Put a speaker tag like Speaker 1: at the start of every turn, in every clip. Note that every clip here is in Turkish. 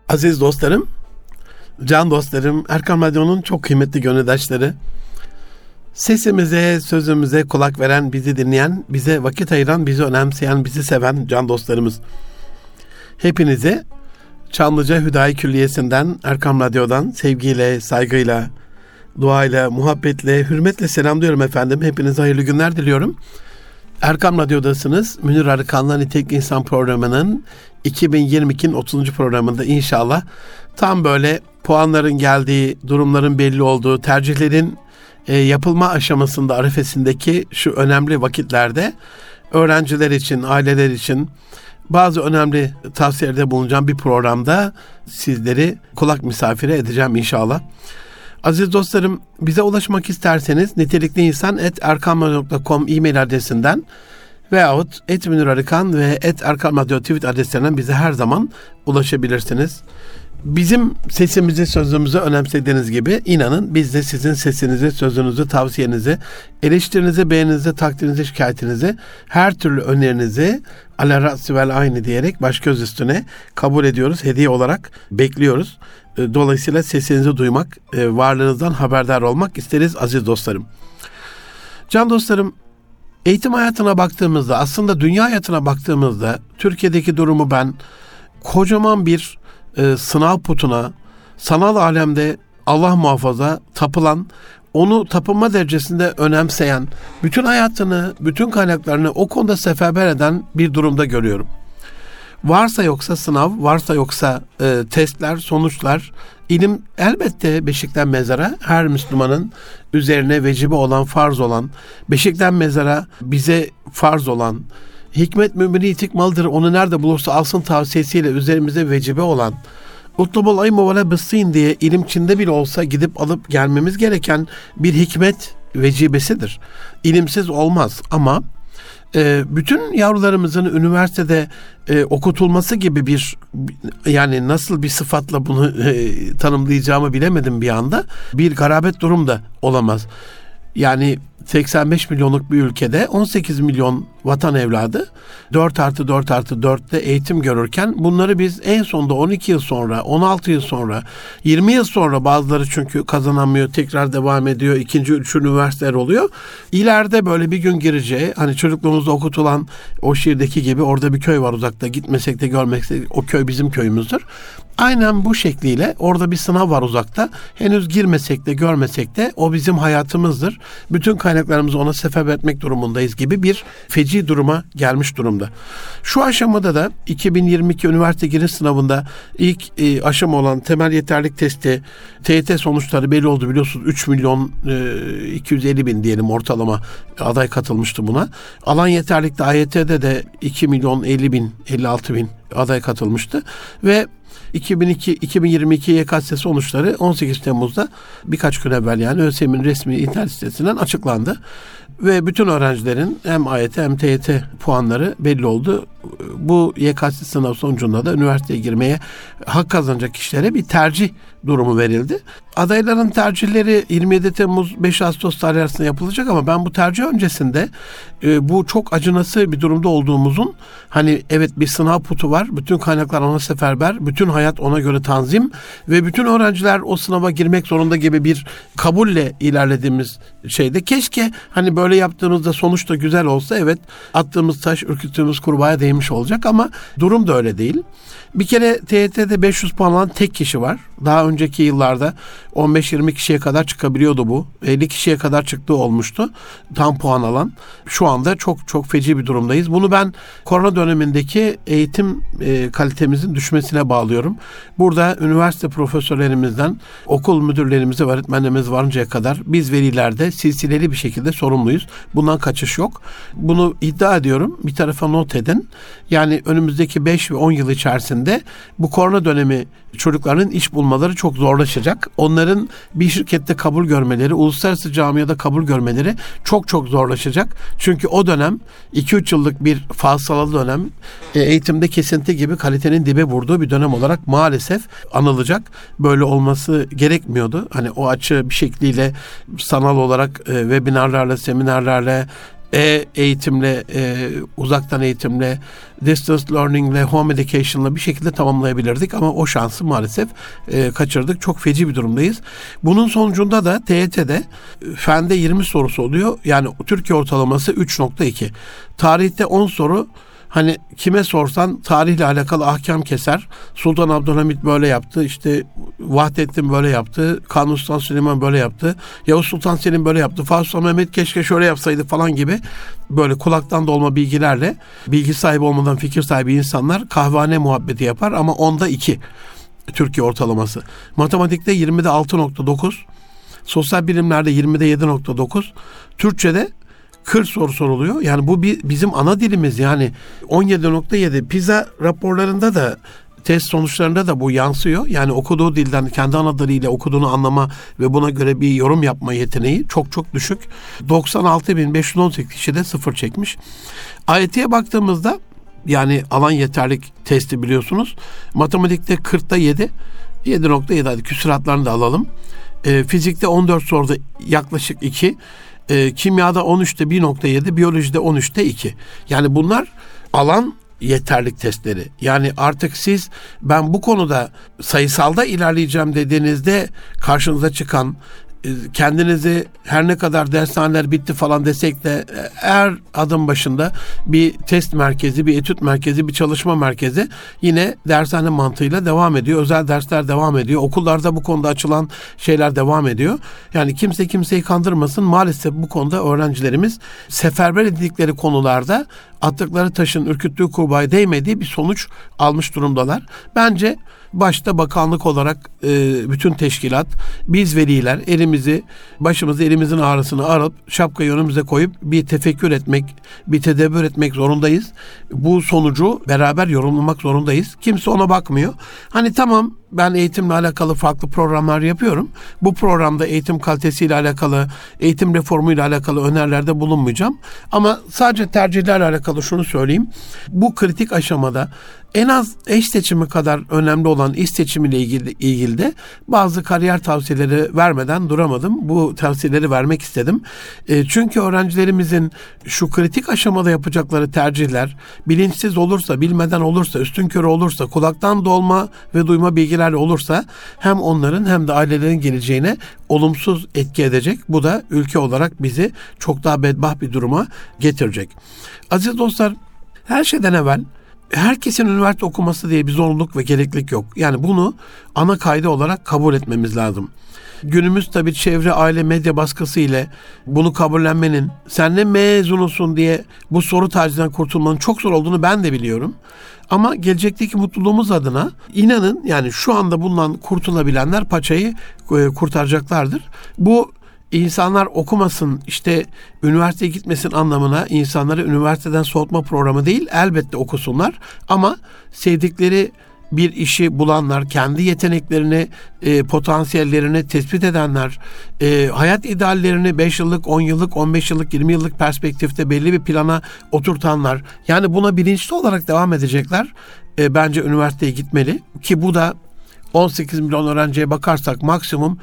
Speaker 1: Aziz dostlarım, can dostlarım, Erkam Radyo'nun çok kıymetli gönüldaşları, sesimize, sözümüze kulak veren, bizi dinleyen, bize vakit ayıran, bizi önemseyen, bizi seven can dostlarımız. Hepinize Çamlıca Hüdayi Külliyesi'nden, Erkam Radyo'dan sevgiyle, saygıyla, duayla, muhabbetle, hürmetle selamlıyorum efendim. Hepinize hayırlı günler diliyorum. Erkam Radyo'dasınız. Münir Arıkan'la Nitelikli İnsan programının 2022'nin 30. programında inşallah tam böyle puanların geldiği, durumların belli olduğu, tercihlerin yapılma aşamasında, arifesindeki şu önemli vakitlerde öğrenciler için, aileler için bazı önemli tavsiyelerde bulunacağım bir programda sizleri kulak misafiri edeceğim inşallah. Aziz dostlarım, bize ulaşmak isterseniz nitelikliinsan@erkamradyo.com e-mail adresinden veyahut @münirarıkan ve @erkamradyo tweet adreslerinden bize her zaman ulaşabilirsiniz. Bizim sesimizi, sözümüzü önemsediğiniz gibi inanın biz de sizin sesinizi, sözünüzü, tavsiyenizi, eleştirinizi, beğeninizi, takdirinizi, şikayetinizi, her türlü önerinizi ala ra'si vel ayni diyerek baş göz üstüne kabul ediyoruz. Hediye olarak bekliyoruz. Dolayısıyla sesinizi duymak, varlığınızdan haberdar olmak isteriz aziz dostlarım. Can dostlarım, eğitim hayatına baktığımızda, aslında dünya hayatına baktığımızda Türkiye'deki durumu ben kocaman bir sınav putuna, sanal alemde Allah muhafaza tapılan, onu tapınma derecesinde önemseyen, bütün hayatını, bütün kaynaklarını o konuda seferber eden bir durumda görüyorum. Varsa yoksa sınav, varsa yoksa testler, sonuçlar, ilim elbette beşikten mezara her Müslümanın üzerine vecibe olan, farz olan, beşikten mezara bize farz olan, hikmet mümini itikmalıdır, onu nerede bulursa alsın tavsiyesiyle üzerimize vecibe olan, utlubul aymu ve la bissin diye ilim Çin'de bile olsa gidip alıp gelmemiz gereken bir hikmet vecibesidir. İlimsiz olmaz ama bütün yavrularımızın üniversitede okutulması gibi bir, yani nasıl bir sıfatla bunu tanımlayacağımı bilemedim bir anda, bir garabet durum da olamaz. Yani 85 milyonluk bir ülkede 18 milyon vatan evladı 4+4+4'te eğitim görürken bunları biz en sonunda 12 yıl sonra, 16 yıl sonra, 20 yıl sonra bazıları çünkü kazanamıyor, tekrar devam ediyor, ikinci, üçüncü üniversiteler oluyor. İleride böyle bir gün gireceği, hani çocukluğumuzda okutulan o şiirdeki gibi orada bir köy var uzakta, gitmesek de görmesek de o köy bizim köyümüzdür. Aynen bu şekliyle orada bir sınav var uzakta. Henüz girmesek de görmesek de o bizim hayatımızdır. Bütün kaynaklarımızı ona seferber etmek durumundayız gibi bir feci duruma gelmiş durumda. Şu aşamada da 2022 üniversite giriş sınavında ilk aşama olan temel yeterlilik testi, TYT sonuçları belli oldu biliyorsunuz. 3 milyon 250 bin diyelim ortalama aday katılmıştı buna. Alan yeterlilikte AYT'de de 2 milyon 50 bin 56 bin aday katılmıştı ve 2022 YKS sonuçları 18 Temmuz'da birkaç gün evvel yani ÖSYM'in resmi internet sitesinden açıklandı. Ve bütün öğrencilerin hem AYT hem TYT puanları belli oldu. Bu YKS sınav sonucunda da üniversiteye girmeye hak kazanacak kişilere bir tercih durumu verildi. Adayların tercihleri 27 Temmuz 5 Ağustos tarih arasında yapılacak ama ben bu tercih öncesinde bu çok acınası bir durumda olduğumuzun, hani evet bir sınav putu var, bütün kaynaklar ona seferber, bütün hayat ona göre tanzim ve bütün öğrenciler o sınava girmek zorunda gibi bir kabulle ilerlediğimiz şeyde keşke hani böyle yaptığımızda sonuç da güzel olsa, evet attığımız taş ürküttüğümüz kurbağaya değmiş olacak ama durum da öyle değil. Bir kere TYT'de 500 puan alan tek kişi var. Daha önceki yıllarda 15-20 kişiye kadar çıkabiliyordu bu. 50 kişiye kadar çıktığı olmuştu tam puan alan. Şu anda çok çok feci bir durumdayız. Bunu ben korona dönemindeki eğitim kalitemizin düşmesine bağlıyorum. Burada üniversite profesörlerimizden okul müdürlerimize, öğretmenlerimize varıncaya kadar biz velilerde silsileli bir şekilde sorumluyuz. Bundan kaçış yok. Bunu iddia ediyorum. Bir tarafa not edin. Yani önümüzdeki 5 ve 10 yıl içerisinde bu korona dönemi çocukların iş bulmaları çok zorlaşacak. Onların bir şirkette kabul görmeleri, uluslararası camiada kabul görmeleri çok çok zorlaşacak. Çünkü o dönem 2-3 yıllık bir fasılalı dönem, eğitimde kesinti gibi kalitenin dibe vurduğu bir dönem olarak maalesef anılacak. Böyle olması gerekmiyordu. Hani o açı bir şekliyle sanal olarak webinarlarla, seminerlerle, eğitimle, uzaktan eğitimle, distance learningle, home education'la bir şekilde tamamlayabilirdik ama o şansı maalesef kaçırdık. Çok feci bir durumdayız. Bunun sonucunda da TYT'de fende 20 sorusu oluyor. Yani Türkiye ortalaması 3.2. Tarihte 10 soru. Hani kime sorsan tarihle alakalı ahkam keser. Sultan Abdülhamit böyle yaptı. İşte Vahdettin böyle yaptı. Kanuni Sultan Süleyman böyle yaptı. Yavuz Sultan Selim böyle yaptı. Fatih Sultan Mehmet keşke şöyle yapsaydı falan gibi böyle kulaktan dolma bilgilerle bilgi sahibi olmadan fikir sahibi insanlar kahvehane muhabbeti yapar ama 10'da 2 Türkiye ortalaması. Matematikte 20'de 6.9. Sosyal bilimlerde 20'de 7.9. Türkçe'de 40 soru soruluyor. Yani bu bizim ana dilimiz, yani 17.7. PISA raporlarında da test sonuçlarında da bu yansıyor. Yani okuduğu dilden kendi ana diliyle okuduğunu anlama ve buna göre bir yorum yapma yeteneği çok çok düşük. 96.518 kişi de 0 çekmiş. AYT'ye baktığımızda yani alan yeterlik testi biliyorsunuz. Matematikte 40'ta 7. 7.7 hadi küsuratlarını da alalım. Fizikte 14 soruda yaklaşık 2. Kimyada 13'te 1.7, biyolojide 13'te 2. Yani bunlar alan yeterlik testleri. Yani artık siz ben bu konuda sayısalda ilerleyeceğim dediğinizde karşınıza çıkan, kendinizi her ne kadar dershaneler bitti falan desek de her adım başında bir test merkezi, bir etüt merkezi, bir çalışma merkezi yine dershane mantığıyla devam ediyor. Özel dersler devam ediyor. Okullarda bu konuda açılan şeyler devam ediyor. Yani kimse kimseyi kandırmasın. Maalesef bu konuda öğrencilerimiz seferber edildikleri konularda attıkları taşın ürküttüğü kurbağaya değmediği bir sonuç almış durumdalar. Bence başta bakanlık olarak bütün teşkilat, biz veliler başımızı elimizin ağrısını alıp şapkayı önümüze koyup bir tefekkür etmek, bir tedebbür etmek zorundayız. Bu sonucu beraber yorumlamak zorundayız. Kimse ona bakmıyor. Hani tamam, ben eğitimle alakalı farklı programlar yapıyorum. Bu programda eğitim kalitesiyle alakalı, eğitim reformuyla alakalı önerilerde bulunmayacağım. Ama sadece tercihlerle alakalı şunu söyleyeyim. Bu kritik aşamada en az eş seçimi kadar önemli olan iş seçimiyle ilgili de bazı kariyer tavsiyeleri vermeden duramadım. Bu tavsiyeleri vermek istedim. Çünkü öğrencilerimizin şu kritik aşamada yapacakları tercihler bilinçsiz olursa, bilmeden olursa, üstünkörü olursa, kulaktan dolma ve duyma bilgilerle olursa hem onların hem de ailelerin geleceğine olumsuz etki edecek. Bu da ülke olarak bizi çok daha bedbaht bir duruma getirecek. Aziz dostlar, her şeyden evvel herkesin üniversite okuması diye bir zorunluluk ve gereklilik yok. Yani bunu ana kaydı olarak kabul etmemiz lazım. Günümüz tabii çevre, aile, medya baskısı ile bunu kabullenmenin, sen ne mezunusun diye bu soru tacizinden kurtulmanın çok zor olduğunu ben de biliyorum. Ama gelecekteki mutluluğumuz adına inanın, yani şu anda bundan kurtulabilenler paçayı kurtaracaklardır. Bu insanlar okumasın, işte üniversiteye gitmesin anlamına insanları üniversiteden soğutma programı değil. Elbette okusunlar ama sevdikleri bir işi bulanlar, kendi yeteneklerini, potansiyellerini tespit edenler, hayat ideallerini 5 yıllık, 10 yıllık, 15 yıllık, 20 yıllık perspektifte belli bir plana oturtanlar, yani buna bilinçli olarak devam edecekler. Bence üniversiteye gitmeli ki bu da 18 milyon öğrenciye bakarsak maksimum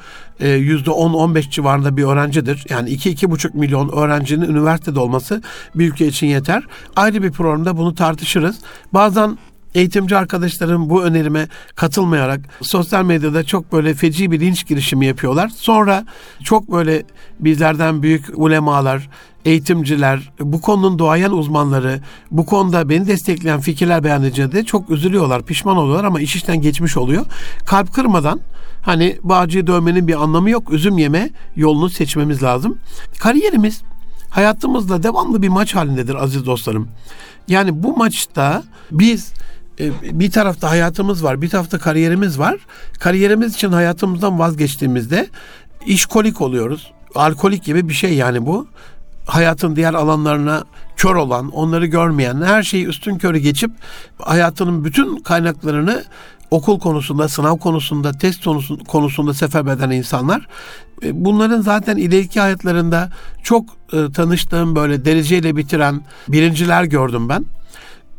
Speaker 1: %10-15 civarında bir öğrencidir. Yani 2-2,5 milyon öğrencinin üniversitede olması bir ülke için yeter. Ayrı bir programda bunu tartışırız. Bazen eğitimci arkadaşlarım bu önerime katılmayarak sosyal medyada çok böyle feci bir linç girişimi yapıyorlar. Sonra çok böyle bizlerden büyük ulemalar, eğitimciler, bu konunun duayen uzmanları, bu konuda beni destekleyen fikirler beyan edince de çok üzülüyorlar, pişman oluyorlar ama iş işten geçmiş oluyor. Kalp kırmadan, hani bağcıyı dövmenin bir anlamı yok, üzüm yeme yolunu seçmemiz lazım. Kariyerimiz hayatımızda devamlı bir maç halindedir aziz dostlarım. Yani bu maçta biz bir tarafta hayatımız var, bir tarafta kariyerimiz var. Kariyerimiz için hayatımızdan vazgeçtiğimizde işkolik oluyoruz. Alkolik gibi bir şey yani bu. Hayatın diğer alanlarına kör olan, onları görmeyen, her şeyi üstünkörü geçip hayatının bütün kaynaklarını okul konusunda, sınav konusunda, test konusunda seferber eden insanlar. Bunların zaten ileriki hayatlarında çok tanıştığım böyle dereceyle bitiren birinciler gördüm ben.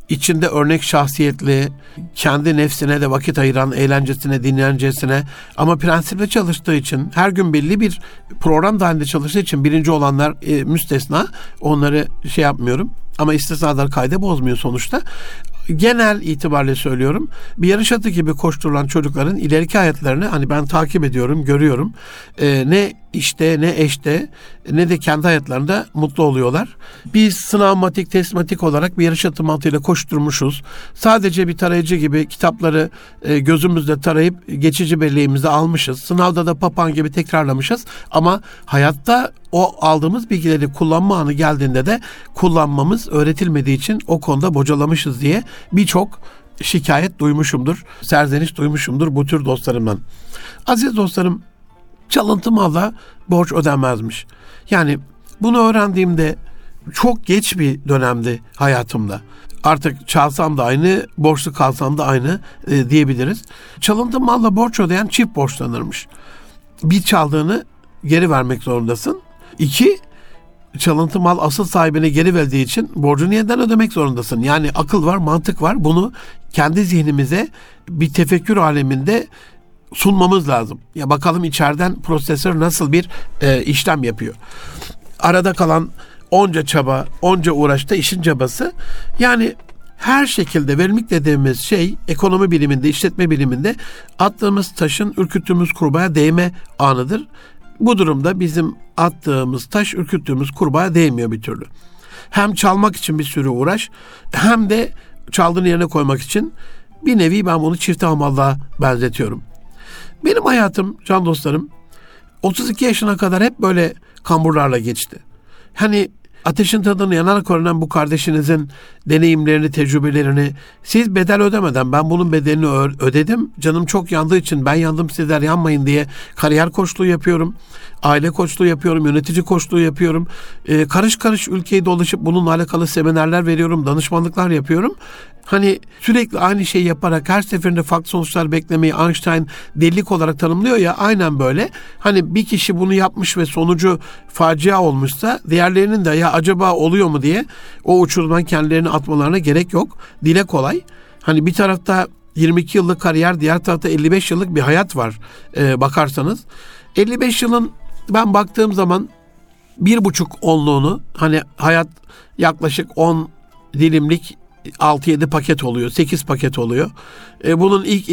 Speaker 1: içinde örnek şahsiyetli, kendi nefsine de vakit ayıran, eğlencesine, dinlencesine ama prensiple çalıştığı için, her gün belli bir program dahilinde çalıştığı için birinci olanlar müstesna. Onları şey yapmıyorum ama istisnalar kayda bozmuyor sonuçta. Genel itibariyle söylüyorum. Bir yarış atı gibi koşturulan çocukların ileriki hayatlarını hani ben takip ediyorum, görüyorum. Ne işte, ne eşte, ne de kendi hayatlarında mutlu oluyorlar. Biz sınavmatik, testmatik olarak bir yarış atı mantığıyla koşturmuşuz. Sadece bir tarayıcı gibi kitapları gözümüzde tarayıp geçici belleğimizi almışız. Sınavda da papağan gibi tekrarlamışız. Ama hayatta o aldığımız bilgileri kullanma anı geldiğinde de kullanmamız öğretilmediği için o konuda bocalamışız diye birçok şikayet duymuşumdur, serzeniş duymuşumdur bu tür dostlarımdan. Aziz dostlarım, çalıntı malla borç ödenmezmiş. Yani bunu öğrendiğimde çok geç bir dönemdi hayatımda. Artık çalsam da aynı, borçlu kalsam da aynı diyebiliriz. Çalıntı malla borç ödeyen çift borçlanırmış. Bir, çaldığını geri vermek zorundasın. 2, çalıntı mal asıl sahibine geri verdiği için borcunu yeniden ödemek zorundasın. Yani akıl var, mantık var. Bunu kendi zihnimize bir tefekkür aleminde sunmamız lazım. Ya bakalım içeriden prosesör nasıl bir işlem yapıyor. Arada kalan onca çaba, onca uğraşta işin cabası. Yani her şekilde verimlilik dediğimiz şey ekonomi biliminde, işletme biliminde attığımız taşın ürküttüğümüz kurbağa değme anıdır. Bu durumda bizim attığımız taş ürküttüğümüz kurbağa değmiyor bir türlü. Hem çalmak için bir sürü uğraş, hem de çaldığını yerine koymak için bir nevi ben bunu çifte hamallığa benzetiyorum. Benim hayatım can dostlarım 32 yaşına kadar hep böyle kamburlarla geçti. Hani ateşin tadını yanarak öğrenen bu kardeşinizin deneyimlerini, tecrübelerini siz bedel ödemeden ben bunun bedelini ödedim. Canım çok yandığı için ben yandım sizler yanmayın diye kariyer koçluğu yapıyorum. Aile koçluğu yapıyorum, yönetici koçluğu yapıyorum. Karış karış ülkeyi dolaşıp bununla alakalı seminerler veriyorum, danışmanlıklar yapıyorum. Hani sürekli aynı şeyi yaparak her seferinde farklı sonuçlar beklemeyi Einstein delilik olarak tanımlıyor ya, aynen böyle. Hani bir kişi bunu yapmış ve sonucu facia olmuşsa diğerlerinin de ya acaba oluyor mu diye o uçurumdan kendilerini atmalarına gerek yok. Dile kolay. Hani bir tarafta 22 yıllık kariyer, diğer tarafta 55 yıllık bir hayat var bakarsanız. 55 yılın ben baktığım zaman 1,5 onluğunu, hani hayat yaklaşık 10 dilimlik 6-7 paket oluyor, 8 paket oluyor. Bunun ilk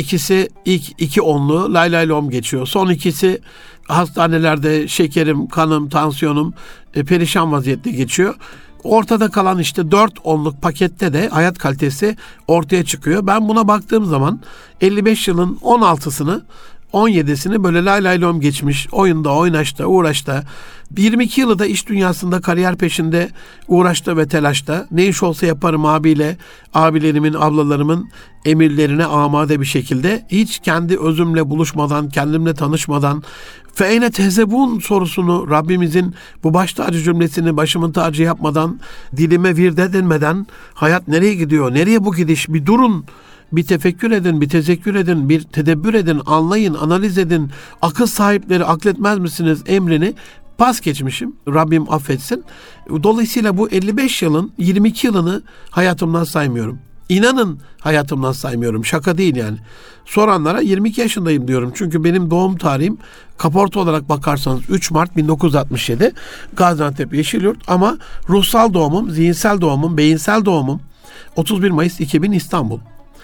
Speaker 1: iki onluğu lay lay lom geçiyor. Son ikisi hastanelerde şekerim, kanım, tansiyonum perişan vaziyette geçiyor. Ortada kalan işte 4 onluk pakette de hayat kalitesi ortaya çıkıyor. Ben buna baktığım zaman 55 yılın 16'sını 17'sini böyle lay lay lom geçmiş, oyunda, oynaşta, uğraşta, 22 yılı da iş dünyasında kariyer peşinde uğraşta ve telaşta, ne iş olsa yaparım abilerimin, ablalarımın emirlerine amade bir şekilde, hiç kendi özümle buluşmadan, kendimle tanışmadan, feyne tezebun sorusunu Rabbimizin bu baş tacı cümlesini başımın tacı yapmadan, dilime vird edilmeden, hayat nereye gidiyor, nereye bu gidiş, bir durun, bir tefekkür edin, bir tezekkür edin, bir tedebbür edin, anlayın, analiz edin. Akıl sahipleri akletmez misiniz emrini pas geçmişim. Rabbim affetsin. Dolayısıyla bu 55 yılın 22 yılını hayatımdan saymıyorum. İnanın hayatımdan saymıyorum. Şaka değil yani. Soranlara 22 yaşındayım diyorum. Çünkü benim doğum tarihim kaporta olarak bakarsanız 3 Mart 1967 Gaziantep Yeşilyurt, ama ruhsal doğumum, zihinsel doğumum, beyinsel doğumum 31 Mayıs 2000 İstanbul.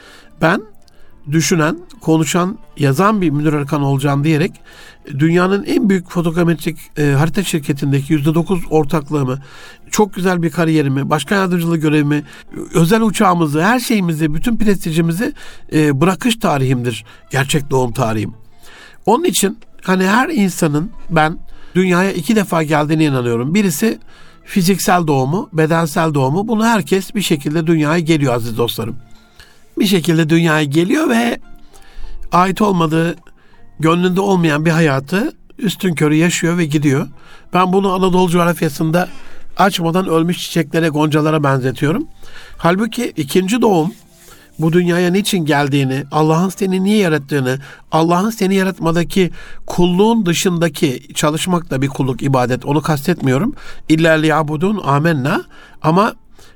Speaker 1: Ben düşünen, konuşan, yazan bir Münir Arıkan olacağım diyerek dünyanın en büyük fotogrametrik harita şirketindeki %9 ortaklığımı, çok güzel bir kariyerimi, başkan yardımcılığı görevimi, özel uçağımızı, her şeyimizi, bütün prestijimizi bırakış tarihimdir. Gerçek doğum tarihim. Onun için hani her insanın ben dünyaya 2 defa geldiğine inanıyorum. Birisi fiziksel doğumu, bedensel doğumu. Bunu herkes bir şekilde dünyaya geliyor aziz dostlarım. Bir şekilde dünyaya geliyor ve ait olmadığı, gönlünde olmayan bir hayatı üstünkörü yaşıyor ve gidiyor. Ben bunu Anadolu coğrafyasında açmadan ölmüş çiçeklere, goncalara benzetiyorum. Halbuki ikinci doğum, bu dünyaya niçin geldiğini, Allah'ın seni niye yarattığını, Allah'ın seni yaratmadaki kulluğun dışındaki, çalışmak da bir kulluk, ibadet, onu kastetmiyorum. İlla liyabudun amenna, ama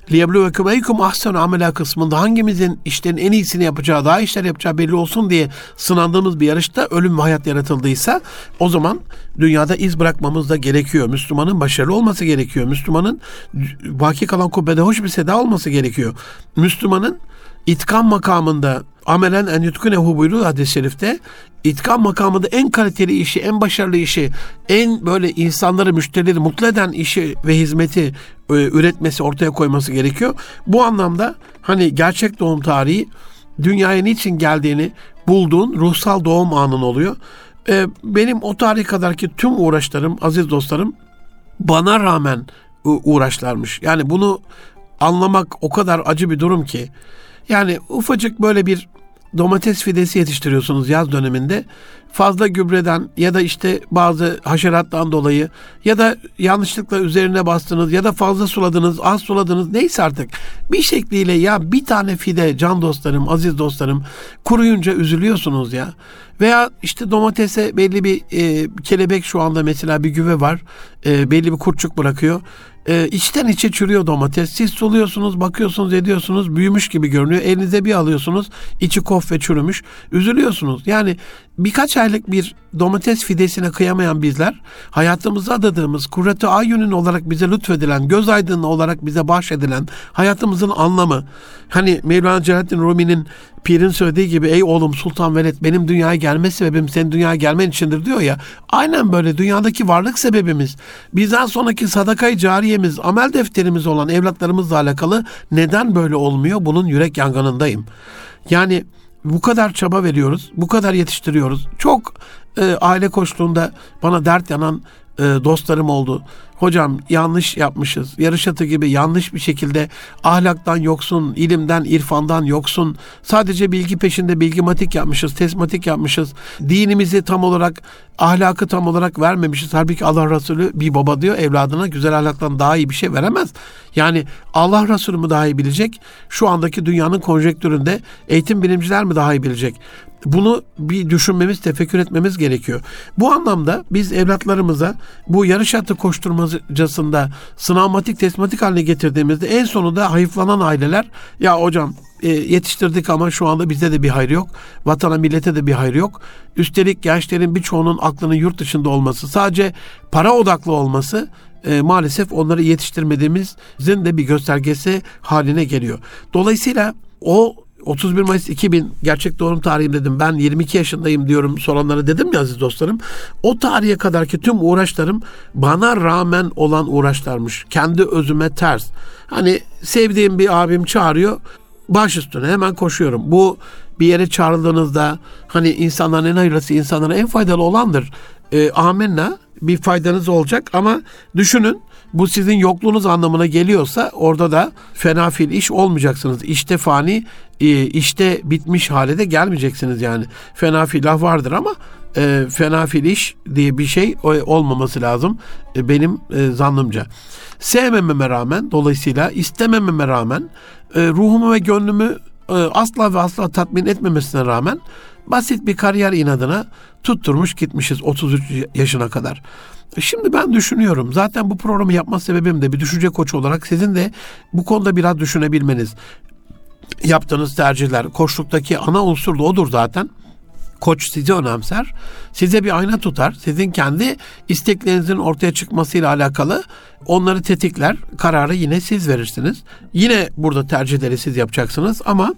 Speaker 1: liyebluvekum eykum ahsenu amela kısmında hangimizin işlerin en iyisini yapacağı, daha işler yapacağı belli olsun diye sınandığımız bir yarışta ölüm ve hayat yaratıldıysa o zaman dünyada iz bırakmamız da gerekiyor. Müslümanın başarılı olması gerekiyor. Müslümanın baki kalan kubbede hoş bir seda olması gerekiyor. Müslümanın İtkan makamında amelen en yutkunehu buyuruyor hadis-i şerifte. İtkan makamında en kaliteli işi, en başarılı işi, en böyle insanları, müşterileri mutlu eden işi ve hizmeti üretmesi, ortaya koyması gerekiyor. Bu anlamda hani gerçek doğum tarihi dünyaya niçin geldiğini bulduğun ruhsal doğum anın oluyor. Benim o tarih kadarki tüm uğraşlarım, aziz dostlarım, bana rağmen uğraşlarmış. Yani bunu anlamak o kadar acı bir durum ki. Yani ufacık böyle bir domates fidesi yetiştiriyorsunuz yaz döneminde. Fazla gübreden ya da işte bazı haşerattan dolayı ya da yanlışlıkla üzerine bastınız ya da fazla suladınız, az suladınız, neyse artık. Bir şekliyle ya bir tane fide, can dostlarım, aziz dostlarım, kuruyunca üzülüyorsunuz ya. Veya işte domatese belli bir kelebek, şu anda mesela bir güve var. Belli bir kurtçuk bırakıyor. İçten içe çürüyor domates. Siz suluyorsunuz, bakıyorsunuz, ediyorsunuz. Büyümüş gibi görünüyor. Elinize bir alıyorsunuz. İçi kof ve çürümüş. Üzülüyorsunuz. Yani birkaç aylık bir domates fidesine kıyamayan bizler, hayatımıza adadığımız, kurratu ayunun olarak bize lütfedilen, göz aydınlığı olarak bize bahşedilen hayatımızın anlamı, hani Mevlana Celaleddin Rumi'nin, pirin söylediği gibi, ey oğlum Sultan Veled, benim dünyaya gelme sebebim senin dünyaya gelmen içindir diyor ya. Aynen böyle dünyadaki varlık sebebimiz, bizden sonraki sadakayı cariyemiz, amel defterimiz olan evlatlarımızla alakalı neden böyle olmuyor? Bunun yürek yangınındayım. Yani bu kadar çaba veriyoruz, bu kadar yetiştiriyoruz. Çok aile koçluğunda bana dert yanan dostlarım oldu. Hocam yanlış yapmışız. Yarış atı gibi yanlış bir şekilde ahlaktan yoksun, ilimden, irfandan yoksun. Sadece bilgi peşinde bilgimatik yapmışız, tesmatik yapmışız. Dinimizi tam olarak, ahlakı tam olarak vermemişiz. Halbuki Allah Resulü bir baba diyor evladına güzel ahlaktan daha iyi bir şey veremez. Yani Allah Resulü mü daha iyi bilecek? Şu andaki dünyanın konjektüründe eğitim bilimciler mi daha iyi bilecek? Bunu bir düşünmemiz, tefekkür etmemiz gerekiyor. Bu anlamda biz evlatlarımıza bu yarış atı koşturmacasında sınavmatik, tesmatik haline getirdiğimizde en sonunda hayıflanan aileler, ya hocam yetiştirdik ama şu anda bizde de bir hayır yok. Vatana, millete de bir hayır yok. Üstelik gençlerin birçoğunun aklının yurt dışında olması, sadece para odaklı olması maalesef onları yetiştirmediğimizin de bir göstergesi haline geliyor. Dolayısıyla o 31 Mayıs 2000 gerçek doğum tarihim dedim. Ben 22 yaşındayım diyorum soranlara, dedim ya aziz dostlarım. O tarihe kadarki tüm uğraşlarım bana rağmen olan uğraşlarmış. Kendi özüme ters. Hani sevdiğim bir abim çağırıyor, baş üstüne hemen koşuyorum. Bu bir yere çağrıldığınızda hani insanların en hayırlısı, insanlara en faydalı olandır. Amenna, bir faydanız olacak ama düşünün, bu sizin yokluğunuz anlamına geliyorsa orada da fena fil iş olmayacaksınız. İşte fani, işte bitmiş hale de gelmeyeceksiniz yani. Fena filah vardır ama fena fil iş diye bir şey olmaması lazım benim zannımca. Sevmememe rağmen, dolayısıyla istemememe rağmen, ruhumu ve gönlümü asla ve asla tatmin etmemesine rağmen basit bir kariyer inadına tutturmuş gitmişiz 33 yaşına kadar. Şimdi ben düşünüyorum, zaten bu programı yapma sebebim de bir düşünce koçu olarak sizin de bu konuda biraz düşünebilmeniz. Yaptığınız tercihler, koçluktaki ana unsur da odur zaten. Koç sizi önemser, size bir ayna tutar, sizin kendi isteklerinizin ortaya çıkmasıyla alakalı onları tetikler, kararı yine siz verirsiniz. Yine burada tercihleri siz yapacaksınız ama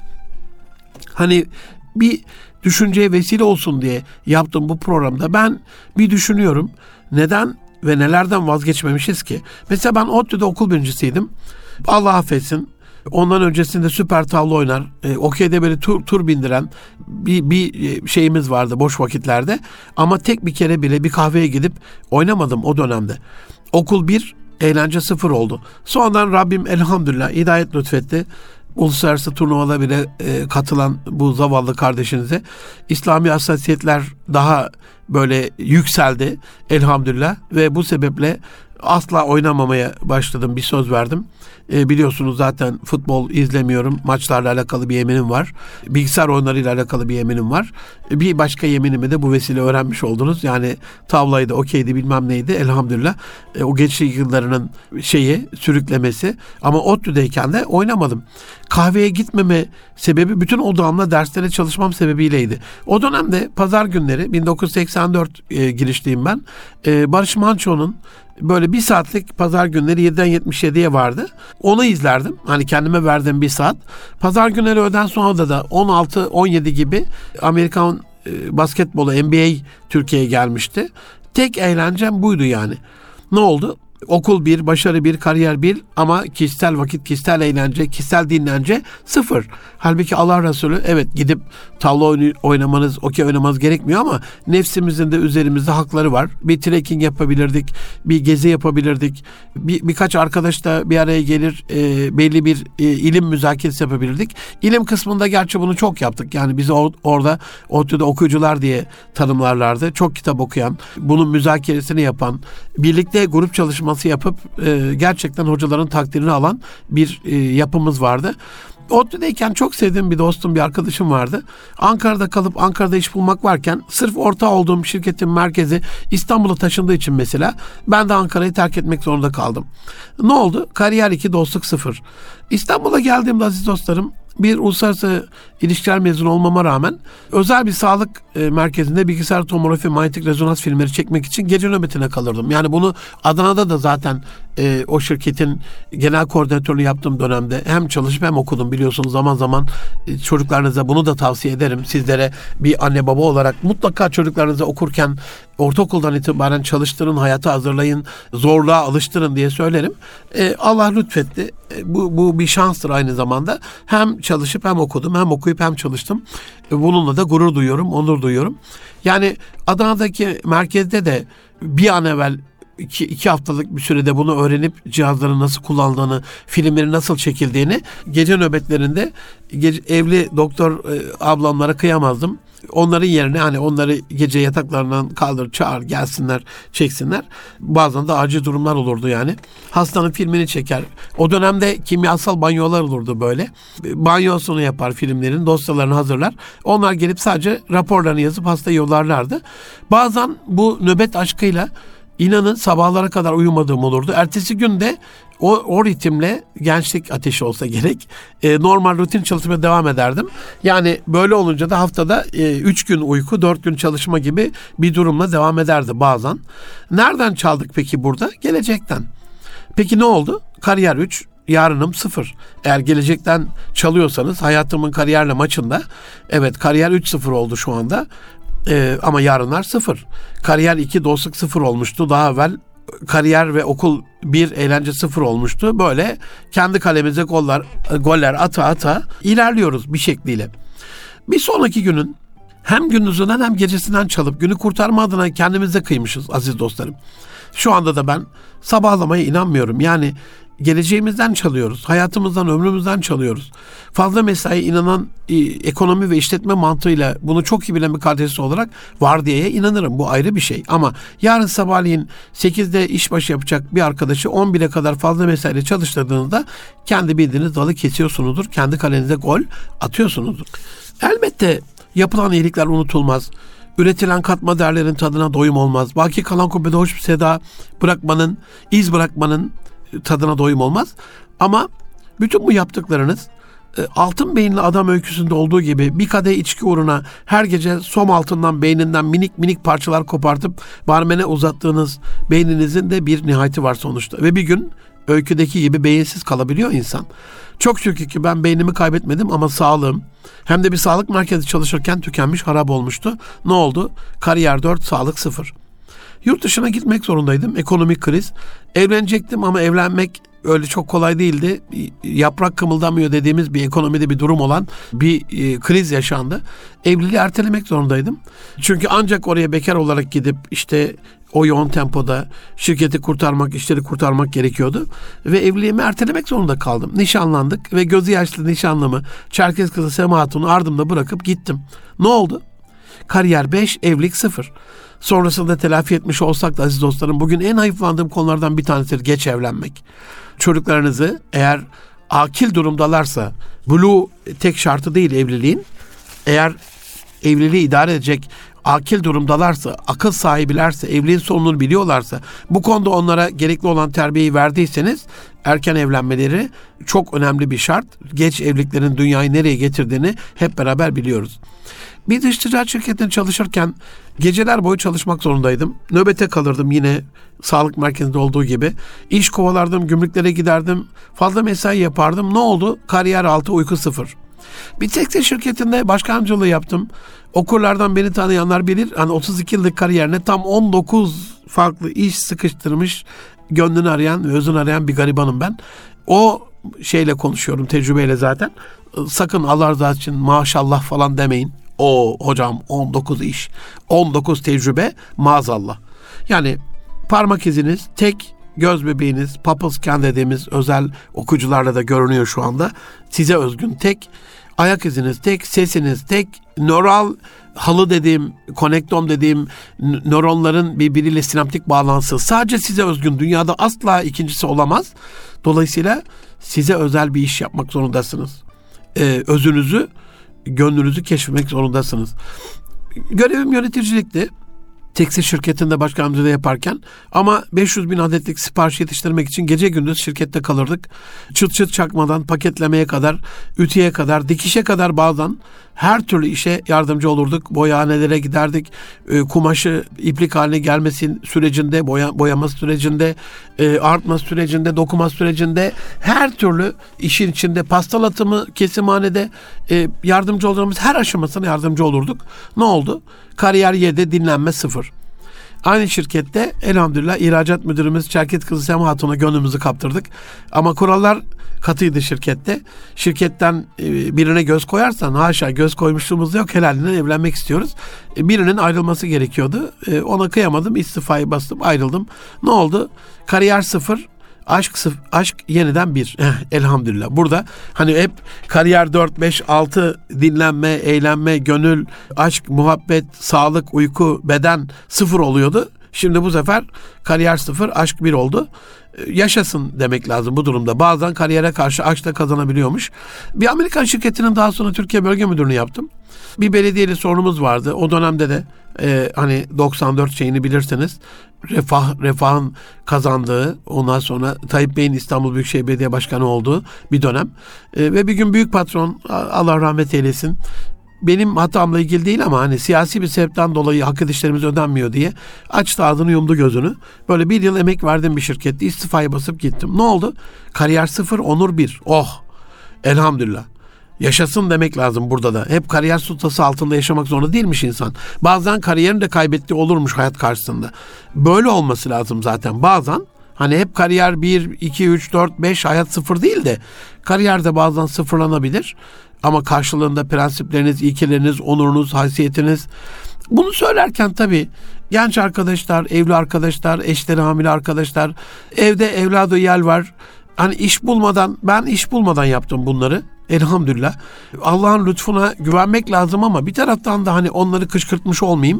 Speaker 1: hani bir düşünceye vesile olsun diye yaptığım bu programda ben bir düşünüyorum. Neden ve nelerden vazgeçmemişiz ki? Mesela ben ODTÜ'de okul birincisiydim. Allah affetsin. Ondan öncesinde süper tavla oynar. Okey'de böyle tur bindiren bir şeyimiz vardı boş vakitlerde. Ama tek bir kere bile bir kahveye gidip oynamadım o dönemde. Okul 1, eğlence 0 oldu. Sonradan Rabbim elhamdülillah hidayet lütfetti. Uluslararası turnuvada bile katılan bu zavallı kardeşinize İslami hassasiyetler daha böyle yükseldi elhamdülillah ve bu sebeple Asla oynamamaya başladım. Bir söz verdim. Biliyorsunuz zaten futbol izlemiyorum. Maçlarla alakalı bir yeminim var. Bilgisayar oyunlarıyla alakalı bir yeminim var. Bir başka yeminimi de bu vesile öğrenmiş oldunuz. Yani tavlaydı, okeydi, bilmem neydi. Elhamdülillah. O gençlik yıllarının sürüklemesi. Ama ODTÜ'deyken de oynamadım. Kahveye gitmeme sebebi bütün odağımla derslere çalışmam sebebiyleydi. O dönemde pazar günleri 1984 girişliyim ben. Barış Manço'nun böyle bir saatlik pazar günleri 7'den 77'ye vardı. Onu izlerdim. Hani kendime verdiğim bir saat. Pazar günleri öğleden sonra da 16-17 gibi Amerikan basketbolu NBA Türkiye'ye gelmişti. Tek eğlencem buydu yani. Ne oldu? Okul bir, başarı bir, kariyer bir ama kişisel vakit, kişisel eğlence, kişisel dinlence sıfır. Halbuki Allah Resulü evet gidip tavla oynamanız, okey oynamanız gerekmiyor ama nefsimizin de üzerimizde hakları var. Bir trekking yapabilirdik, bir gezi yapabilirdik. Birkaç arkadaş da bir araya gelir belli bir ilim müzakeresi yapabilirdik. İlim kısmında gerçi bunu çok yaptık. Yani bizi orada ODTÜ'de okuyucular diye tanımlarlardı. Çok kitap okuyan, bunun müzakeresini yapan, birlikte grup çalışması yapıp gerçekten hocaların takdirini alan bir yapımız vardı. ODTÜ'deyken çok sevdiğim bir dostum, bir arkadaşım vardı. Ankara'da kalıp Ankara'da iş bulmak varken sırf ortağı olduğum şirketin merkezi İstanbul'a taşındığı için mesela ben de Ankara'yı terk etmek zorunda kaldım. Ne oldu? Kariyer 2, dostluk 0. İstanbul'a geldiğimde aziz dostlarım bir uluslararası ilişkiler mezunu olmama rağmen özel bir sağlık merkezinde bilgisayar tomografi, manyetik rezonans filmleri çekmek için gece nöbetine kalırdım. Yani bunu Adana'da da zaten o şirketin genel koordinatörünü yaptığım dönemde hem çalışıp hem okudum. Biliyorsunuz zaman zaman çocuklarınıza bunu da tavsiye ederim. Sizlere bir anne baba olarak mutlaka çocuklarınıza okurken ortaokuldan itibaren çalıştırın, hayata hazırlayın, zorluğa alıştırın diye söylerim. Allah lütfetti. Bu bir şanstır aynı zamanda. Hem çalışıp hem okudum, hem okuyup hem çalıştım. Bununla da gurur duyuyorum, onur duyuyorum. Yani Adana'daki merkezde de bir an evvel 2 haftalık bir sürede bunu öğrenip cihazların nasıl kullandığını, filmlerin nasıl çekildiğini gece nöbetlerinde evli doktor ablamlara kıyamazdım. Onların yerine hani onları gece yataklarından kaldır, çağır, gelsinler, çeksinler. Bazen de acil durumlar olurdu yani. Hastanın filmini çeker. O dönemde kimyasal banyolar olurdu böyle. Banyosunu yapar filmlerin, dosyalarını hazırlar. Onlar gelip sadece raporlarını yazıp hastayı yollarlardı. Bazen bu nöbet aşkıyla İnanın sabahlara kadar uyumadığım olurdu. Ertesi gün de o ritimle gençlik ateşi olsa gerek normal rutin çalışmaya devam ederdim. Yani böyle olunca da haftada 3 gün uyku, 4 gün çalışma gibi bir durumla devam ederdi bazen. Nereden çaldık peki burada? Gelecekten. Peki ne oldu? Kariyer 3, yarınım 0. Eğer gelecekten çalıyorsanız hayatımın kariyerle maçında evet kariyer 3-0 oldu şu anda. Ama yarınlar 0. Kariyer 2, dostluk 0 olmuştu. Daha evvel kariyer ve okul 1, eğlence 0 olmuştu. Böyle kendi kalemize goller ata ilerliyoruz bir şekliyle. Bir sonraki günün hem gündüzünden hem gecesinden çalıp günü kurtarma adına kendimize kıymışız aziz dostlarım. Şu anda da ben sabahlamaya inanmıyorum. Yani geleceğimizden çalıyoruz. Hayatımızdan, ömrümüzden çalıyoruz. Fazla mesai inanan ekonomi ve işletme mantığıyla bunu çok iyi bilen bir kardeşi olarak vardiyaya inanırım. Bu ayrı bir şey. Ama yarın sabahleyin 8'de işbaşı yapacak bir arkadaşı 11'e kadar fazla mesaiyle çalıştırdığınızda kendi bildiğiniz dalı kesiyorsunuzdur. Kendi kalenize gol atıyorsunuzdur. Elbette yapılan iyilikler unutulmaz. Üretilen katma değerlerin tadına doyum olmaz. Baki kalan kubbede hoş bir seda bırakmanın, iz bırakmanın tadına doyum olmaz. Ama bütün bu yaptıklarınız altın beyinli adam öyküsünde olduğu gibi bir kadeh içki uğruna her gece som altından beyninden minik parçalar kopartıp barmene uzattığınız beyninizin de bir nihayeti var sonuçta. Ve bir gün öyküdeki gibi beyinsiz kalabiliyor insan. Çok şükür ki ben beynimi kaybetmedim ama sağlığım hem de bir sağlık merkezi çalışırken tükenmiş, harap olmuştu. Ne oldu? Kariyer 4, sağlık 0. Yurt dışına gitmek zorundaydım. Ekonomik kriz. Evlenecektim ama evlenmek öyle çok kolay değildi. Yaprak kımıldamıyor dediğimiz bir ekonomide bir durum olan bir kriz yaşandı. Evliliği ertelemek zorundaydım. Çünkü ancak oraya bekar olarak gidip işte o yoğun tempoda şirketi kurtarmak, işleri kurtarmak gerekiyordu. Ve evliliğimi ertelemek zorunda kaldım. Nişanlandık ve gözü yaşlı nişanlımı, Çerkez kızı Sema Hatun'u ardımda bırakıp gittim. Ne oldu? Kariyer 5, evlilik 0. Sonrasında telafi etmiş olsak da aziz dostlarım, bugün en hayıflandığım konulardan bir tanesidir geç evlenmek. Çocuklarınızı eğer akil durumdalarsa, buluğ tek şartı değil evliliğin, eğer evliliği idare edecek akil durumdalarsa, akıl sahibilerse, evliliğin sonunu biliyorlarsa, bu konuda onlara gerekli olan terbiyeyi verdiyseniz, erken evlenmeleri çok önemli bir şart. Geç evliliklerin dünyayı nereye getirdiğini hep beraber biliyoruz. Bir dış ticaret şirketinde çalışırken geceler boyu çalışmak zorundaydım. Nöbete kalırdım yine sağlık merkezinde olduğu gibi. İş kovalardım, gümrüklere giderdim. Fazla mesai yapardım. Ne oldu? Kariyer 6, uyku 0. Bir tekstil şirketinde başkancılığı yaptım. Okurlardan beni tanıyanlar bilir. Hani 32 yıllık kariyerine tam 19 farklı iş sıkıştırmış, gönlünü arayan ve özünü arayan bir garibanım ben. O şeyle konuşuyorum, tecrübeyle zaten. Sakın Allah rızası için maşallah falan demeyin. O hocam 19 iş, 19 tecrübe maazallah. Yani parmak iziniz tek, göz bebeğiniz, Papa scan dediğimiz özel okuyucularla da görünüyor şu anda. Size özgün tek, ayak iziniz tek, sesiniz tek, nöral halı dediğim, konektom dediğim nöronların birbiriyle sinaptik bağlantısı sadece size özgün. Dünyada asla ikincisi olamaz. Dolayısıyla size özel bir iş yapmak zorundasınız. Özünüzü, gönlünüzü keşfetmek zorundasınız. Görevim yöneticilikti. Tekstil şirketinde başkanlığı yaparken, ama 500 bin adetlik sipariş yetiştirmek için gece gündüz şirkette kalırdık. Çıt çıt çakmadan paketlemeye kadar, ütüye kadar, dikişe kadar bazen her türlü işe yardımcı olurduk. Boyahanelere giderdik. Kumaşı iplik haline gelmesi sürecinde, boyama sürecinde, artma sürecinde, dokuma sürecinde, her türlü işin içinde, pastalatımı, kesimhanede yardımcı olduğumuz her aşamasına yardımcı olurduk. Ne oldu? Kariyer 7, dinlenme 0. Aynı şirkette elhamdülillah ihracat müdürümüz Çerket kızı Sema Hatun'a gönlümüzü kaptırdık. Ama kurallar katıydı şirkette. Şirketten birine göz koyarsan, haşa göz koymuşluğumuz yok, helalinden evlenmek istiyoruz. Birinin ayrılması gerekiyordu. Ona kıyamadım, istifayı bastım, ayrıldım. Ne oldu? Kariyer 0. Aşk yeniden 1. Elhamdülillah. Burada hani hep kariyer 4, 5, 6, dinlenme, eğlenme, gönül, aşk, muhabbet, sağlık, uyku, beden 0 oluyordu. Şimdi bu sefer kariyer 0, aşk 1 oldu. Yaşasın demek lazım bu durumda. Bazen kariyere karşı aşk da kazanabiliyormuş. Bir Amerikan şirketinin daha sonra Türkiye Bölge Müdürlüğünü yaptım. Bir belediyeyle sorunumuz vardı. O dönemde de hani 94 şeyini bilirsiniz. Refah'ın kazandığı, ondan sonra Tayyip Bey'in İstanbul Büyükşehir Belediye Başkanı olduğu bir dönem. Ve bir gün büyük patron, Allah rahmet eylesin, benim hatamla ilgili değil ama hani siyasi bir sebepten dolayı hak edişlerimiz ödenmiyor diye açtı ağzını, yumdu gözünü. Böyle bir yıl emek verdiğim bir şirkette istifayı basıp gittim. Ne oldu? Kariyer 0, onur 1. Oh! Elhamdülillah. Yaşasın demek lazım burada da. Hep kariyer sultası altında yaşamak zorunda değilmiş insan. Bazen kariyerini de kaybettiği olurmuş hayat karşısında. Böyle olması lazım zaten. Bazen hani hep kariyer 1, 2, 3, 4, 5, hayat 0 değil de kariyer de bazen sıfırlanabilir. Ama karşılığında prensipleriniz, ilkeleriniz, onurunuz, haysiyetiniz. Bunu söylerken tabii genç arkadaşlar, evli arkadaşlar, eşleri hamile arkadaşlar, evde evladı yel var. Hani ben iş bulmadan yaptım bunları. Elhamdülillah. Allah'ın lütfuna güvenmek lazım ama bir taraftan da hani onları kışkırtmış olmayayım.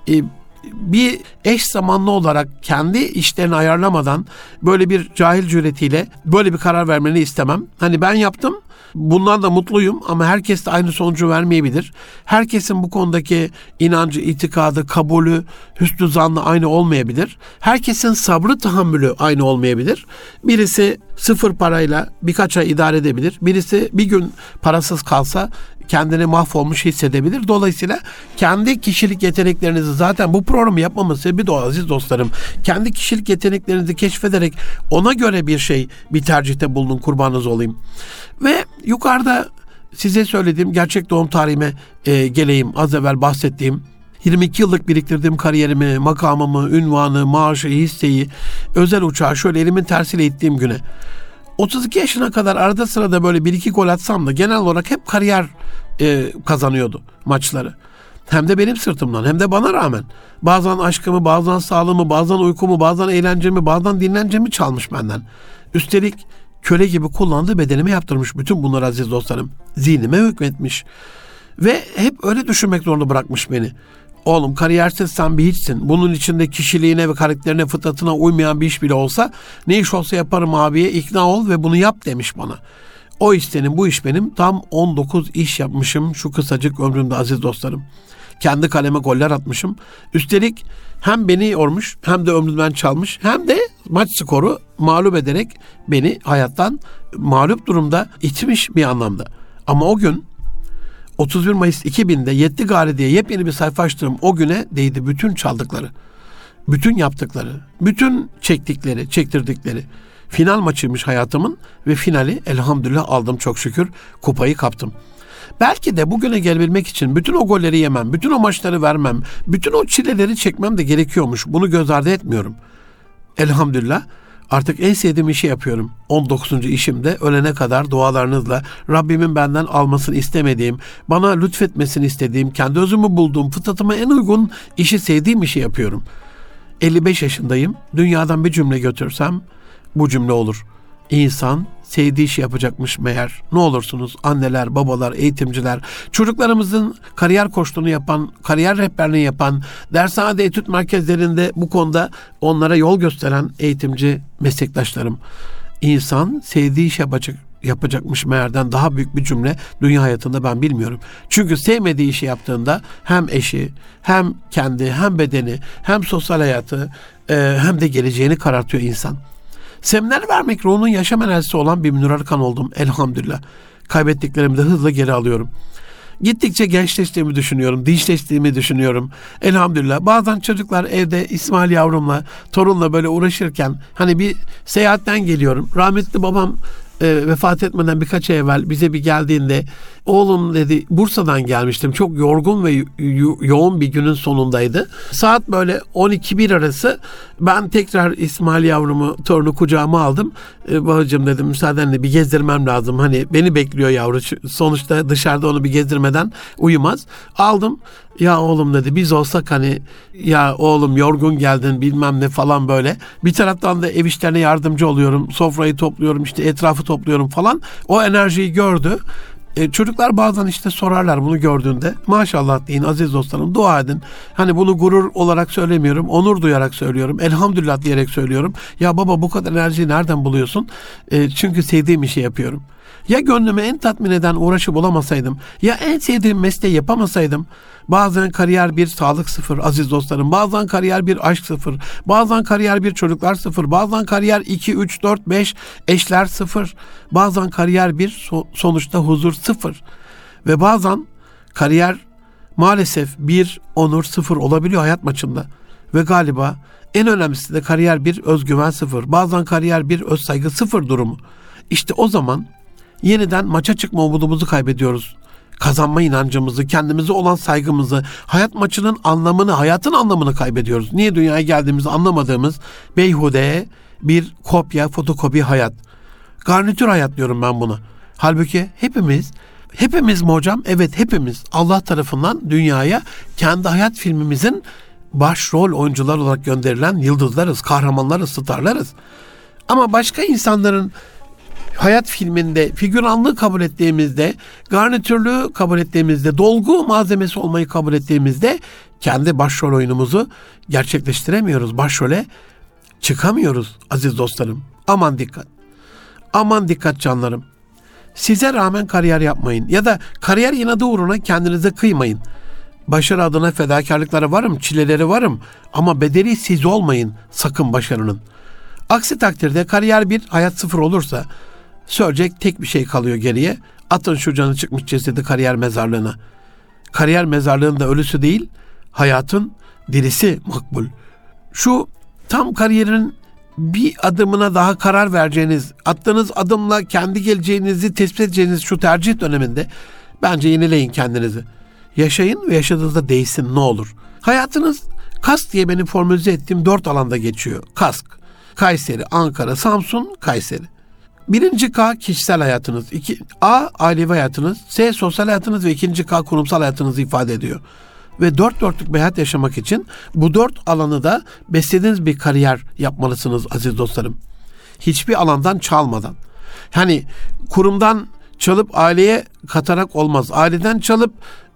Speaker 1: Bir eş zamanlı olarak kendi işlerini ayarlamadan böyle bir cahil cüretiyle böyle bir karar vermeni istemem. Hani ben yaptım. Bundan da mutluyum ama herkes de aynı sonucu vermeyebilir. Herkesin bu konudaki inancı, itikadı, kabulü, hüsnü zannı aynı olmayabilir. Herkesin sabrı, tahammülü aynı olmayabilir. Birisi 0 parayla birkaç ay idare edebilir. Birisi bir gün parasız kalsa kendini mahvolmuş hissedebilir. Dolayısıyla kendi kişilik yeteneklerinizi, zaten bu programı yapmamın sebebi de o aziz dostlarım. Kendi kişilik yeteneklerinizi keşfederek ona göre bir tercihte bulunun, kurbanınız olayım. Ve yukarıda size söylediğim gerçek doğum tarihime geleyim. Az evvel bahsettiğim 22 yıllık biriktirdiğim kariyerimi, makamımı, ünvanı, maaşı, hisseyi, özel uçağı şöyle elimin tersiyle ittiğim güne. 32 yaşına kadar arada sırada böyle 1-2 gol atsam da genel olarak hep kariyer kazanıyordu maçları. Hem de benim sırtımdan, hem de bana rağmen. Bazen aşkımı, bazen sağlığımı, bazen uykumu, bazen eğlencemi, bazen dinlencemi çalmış benden. Üstelik köle gibi kullandığı bedenime yaptırmış bütün bunları aziz dostlarım. Zihnime hükmetmiş. Ve hep öyle düşünmek zorunda bırakmış beni. Oğlum kariyersiz sen bir hiçsin. Bunun içinde kişiliğine ve karakterine, fıtratına uymayan bir iş bile olsa ne iş olsa yaparım abiye, ikna ol ve bunu yap demiş bana. O iş senin, bu iş benim. Tam 19 iş yapmışım şu kısacık ömrümde aziz dostlarım. Kendi kaleme goller atmışım. Üstelik hem beni yormuş, hem de ömrümden çalmış, hem de maç skoru mağlup ederek beni hayattan mağlup durumda itmiş bir anlamda. Ama o gün 31 Mayıs 2000'de Yetti Gari diye yepyeni bir sayfa açtığım o güne değdi bütün çaldıkları, bütün yaptıkları, bütün çektirdikleri. Final maçıymış hayatımın ve finali elhamdülillah aldım çok şükür, kupayı kaptım. Belki de bugüne gelebilmek için bütün o golleri yemem, bütün o maçları vermem, bütün o çileleri çekmem de gerekiyormuş. Bunu göz ardı etmiyorum. Elhamdülillah artık en sevdiğim işi yapıyorum. 19. işimde ölene kadar dualarınızla Rabbimin benden almasını istemediğim, bana lütfetmesini istediğim, kendi özümü bulduğum, fıtratıma en uygun işi, sevdiğim işi yapıyorum. 55 yaşındayım. Dünyadan bir cümle götürsem bu cümle olur. İnsan sevdiği işi yapacakmış meğer. Ne olursunuz anneler, babalar, eğitimciler, çocuklarımızın kariyer koçluğunu yapan, kariyer rehberliğini yapan, dershanede, etüt merkezlerinde bu konuda onlara yol gösteren eğitimci meslektaşlarım. İnsan sevdiği iş yapacakmış meğerden daha büyük bir cümle dünya hayatında ben bilmiyorum. Çünkü sevmediği işi yaptığında hem eşi, hem kendi, hem bedeni, hem sosyal hayatı, hem de geleceğini karartıyor insan. Seminer vermek ruhunun yaşam enerjisi olan bir Münir Arıkan oldum elhamdülillah. Kaybettiklerimi de hızla geri alıyorum. Gittikçe gençleştiğimi düşünüyorum, dinçleştiğimi düşünüyorum. Elhamdülillah. Bazen çocuklar evde İsmail yavrumla, torunla böyle uğraşırken hani bir seyahatten geliyorum. Rahmetli babam vefat etmeden birkaç ay evvel bize bir geldiğinde, oğlum dedi, Bursa'dan gelmiştim. Çok yorgun ve yoğun bir günün sonundaydı. Saat böyle 12-1 arası ben tekrar İsmail yavrumu, torunu kucağıma aldım. Babacığım dedim, müsaadenle bir gezdirmem lazım. Hani beni bekliyor yavru. Sonuçta dışarıda onu bir gezdirmeden uyumaz. Aldım. Ya oğlum dedi, biz olsak hani, ya oğlum yorgun geldin bilmem ne falan böyle. Bir taraftan da ev işlerine yardımcı oluyorum. Sofrayı topluyorum, işte etrafı topluyorum falan. O enerjiyi gördü. Çocuklar bazen işte sorarlar bunu gördüğünde. Maşallah deyin aziz dostlarım, dua edin. Hani bunu gurur olarak söylemiyorum, onur duyarak söylüyorum. Elhamdülillah diyerek söylüyorum. Ya baba bu kadar enerjiyi nereden buluyorsun? Çünkü sevdiğim işi yapıyorum. Ya gönlüme en tatmin eden uğraşı bulamasaydım, ya en sevdiğim mesleği yapamasaydım, bazen kariyer bir, sağlık sıfır aziz dostlarım, bazen kariyer bir, aşk sıfır, bazen kariyer bir, çocuklar sıfır, bazen kariyer 2, 3, 4, 5, eşler sıfır, bazen kariyer bir, sonuçta huzur sıfır ve bazen kariyer maalesef bir, onur sıfır olabiliyor hayat maçında ve galiba en önemlisi de kariyer bir, özgüven sıfır, bazen kariyer bir, özsaygı sıfır durumu. İşte o zaman yeniden maça çıkma umudumuzu kaybediyoruz. Kazanma inancımızı, kendimize olan saygımızı, hayat maçının anlamını, hayatın anlamını kaybediyoruz. Niye dünyaya geldiğimizi anlamadığımız beyhude bir kopya, fotokopi hayat. Garnitür hayat diyorum ben buna. Halbuki hepimiz mi hocam? Evet, hepimiz Allah tarafından dünyaya kendi hayat filmimizin başrol oyuncular olarak gönderilen yıldızlarız, kahramanlarız, starlarız. Ama başka insanların hayat filminde figüranlığı kabul ettiğimizde, garnitürlüğü kabul ettiğimizde, dolgu malzemesi olmayı kabul ettiğimizde kendi başrol oyunumuzu gerçekleştiremiyoruz. Başrole çıkamıyoruz aziz dostlarım. Aman dikkat. Aman dikkat canlarım. Size rağmen kariyer yapmayın ya da kariyer inadı uğruna kendinize kıymayın. Başarı adına fedakarlıkları varım, çileleri varım ama bedeli siz olmayın sakın başarının. Aksi takdirde kariyer bir, hayat sıfır olursa söyleyecek tek bir şey kalıyor geriye. Atın şu canı çıkmış cesedi kariyer mezarlığına. Kariyer mezarlığında ölüsü değil, hayatın dirisi makbul. Şu tam kariyerin bir adımına daha karar vereceğiniz, attığınız adımla kendi geleceğinizi tespit edeceğiniz şu tercih döneminde bence yenileyin kendinizi. Yaşayın ve yaşadığınızda değişsin ne olur. Hayatınız KASK diye benim formülize ettiğim 4 alanda geçiyor. KASK, Kayseri, Ankara, Samsun, Kayseri. 1. K kişisel hayatınız, 2 A ailevi hayatınız, S sosyal hayatınız ve 2. K kurumsal hayatınızı ifade ediyor. Ve 4 dörtlük bir hayat yaşamak için bu 4 alanı da beslediğiniz bir kariyer yapmalısınız aziz dostlarım. Hiçbir alandan çalmadan. Hani kurumdan çalıp aileye katarak olmaz. Aileden çalıp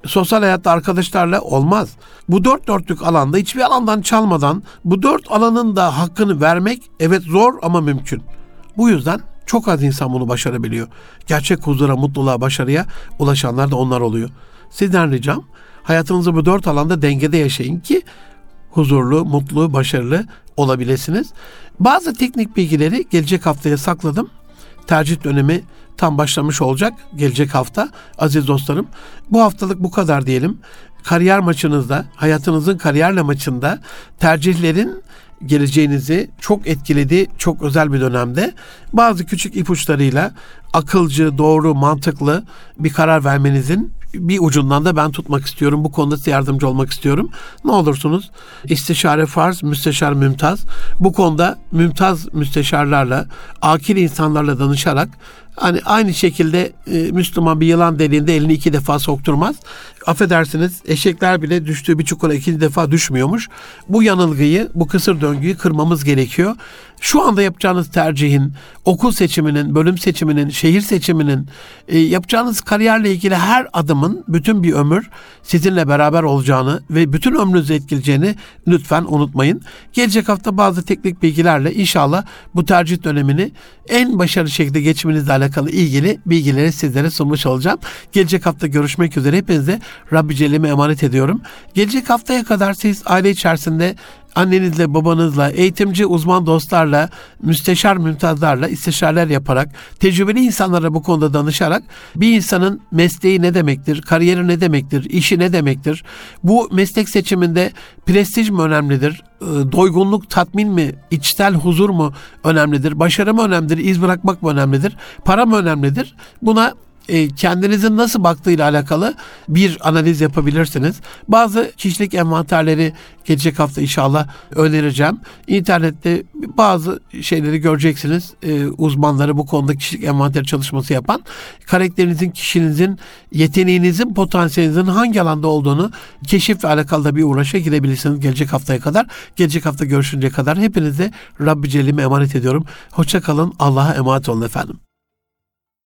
Speaker 1: sosyal hayatta arkadaşlarla olmaz. Bu dört dörtlük alanda hiçbir alandan çalmadan bu dört alanın da hakkını vermek evet zor ama mümkün. Bu yüzden çok az insan bunu başarabiliyor. Gerçek huzura, mutluluğa, başarıya ulaşanlar da onlar oluyor. Sizden ricam hayatınızı bu dört alanda dengede yaşayın ki huzurlu, mutlu, başarılı olabilirsiniz. Bazı teknik bilgileri gelecek haftaya sakladım. Tercih dönemi tam başlamış olacak gelecek hafta. Aziz dostlarım, bu haftalık bu kadar diyelim. Kariyer maçınızda, hayatınızın kariyerle maçında tercihlerin geleceğinizi çok etkiledi, çok özel bir dönemde bazı küçük ipuçlarıyla akılcı, doğru, mantıklı bir karar vermenizin bir ucundan da ben tutmak istiyorum. Bu konuda size yardımcı olmak istiyorum. Ne olursunuz istişare farz, müsteşar mümtaz. Bu konuda mümtaz müsteşarlarla, akil insanlarla danışarak hani aynı şekilde Müslüman bir yılan deliğinde elini 2 defa sokturmaz. Affedersiniz, eşekler bile düştüğü bir çukura 2 defa düşmüyormuş. Bu yanılgıyı, bu kısır döngüyü kırmamız gerekiyor. Şu anda yapacağınız tercihin, okul seçiminin, bölüm seçiminin, şehir seçiminin, yapacağınız kariyerle ilgili her adımın bütün bir ömür sizinle beraber olacağını ve bütün ömrünüzü etkileyeceğini lütfen unutmayın. Gelecek hafta bazı teknik bilgilerle inşallah bu tercih dönemini en başarılı şekilde geçmenizle alakalı ilgili bilgileri sizlere sunmuş olacağım. Gelecek hafta görüşmek üzere. Hepinize Rabbi Celle'me emanet ediyorum. Gelecek haftaya kadar siz aile içerisinde annenizle, babanızla, eğitimci, uzman dostlarla, müsteşar mümtazlarla istişareler yaparak, tecrübeli insanlara bu konuda danışarak bir insanın mesleği ne demektir, kariyeri ne demektir, işi ne demektir, bu meslek seçiminde prestij mi önemlidir, doygunluk, tatmin mi, içsel huzur mu önemlidir, başarı mı önemlidir, iz bırakmak mı önemlidir, para mı önemlidir? Buna kendinizin nasıl baktığıyla alakalı bir analiz yapabilirsiniz. Bazı kişilik envanterleri gelecek hafta inşallah önereceğim. İnternette bazı şeyleri göreceksiniz. Uzmanları bu konuda kişilik envanteri çalışması yapan, karakterinizin, kişinizin, yeteneğinizin, potansiyelinizin hangi alanda olduğunu keşif ve alakalı da bir uğraşa girebilirsiniz gelecek haftaya kadar. Gelecek hafta görüşünceye kadar hepinize Rabbi Celle'me emanet ediyorum. Hoşça kalın. Allah'a emanet olun efendim.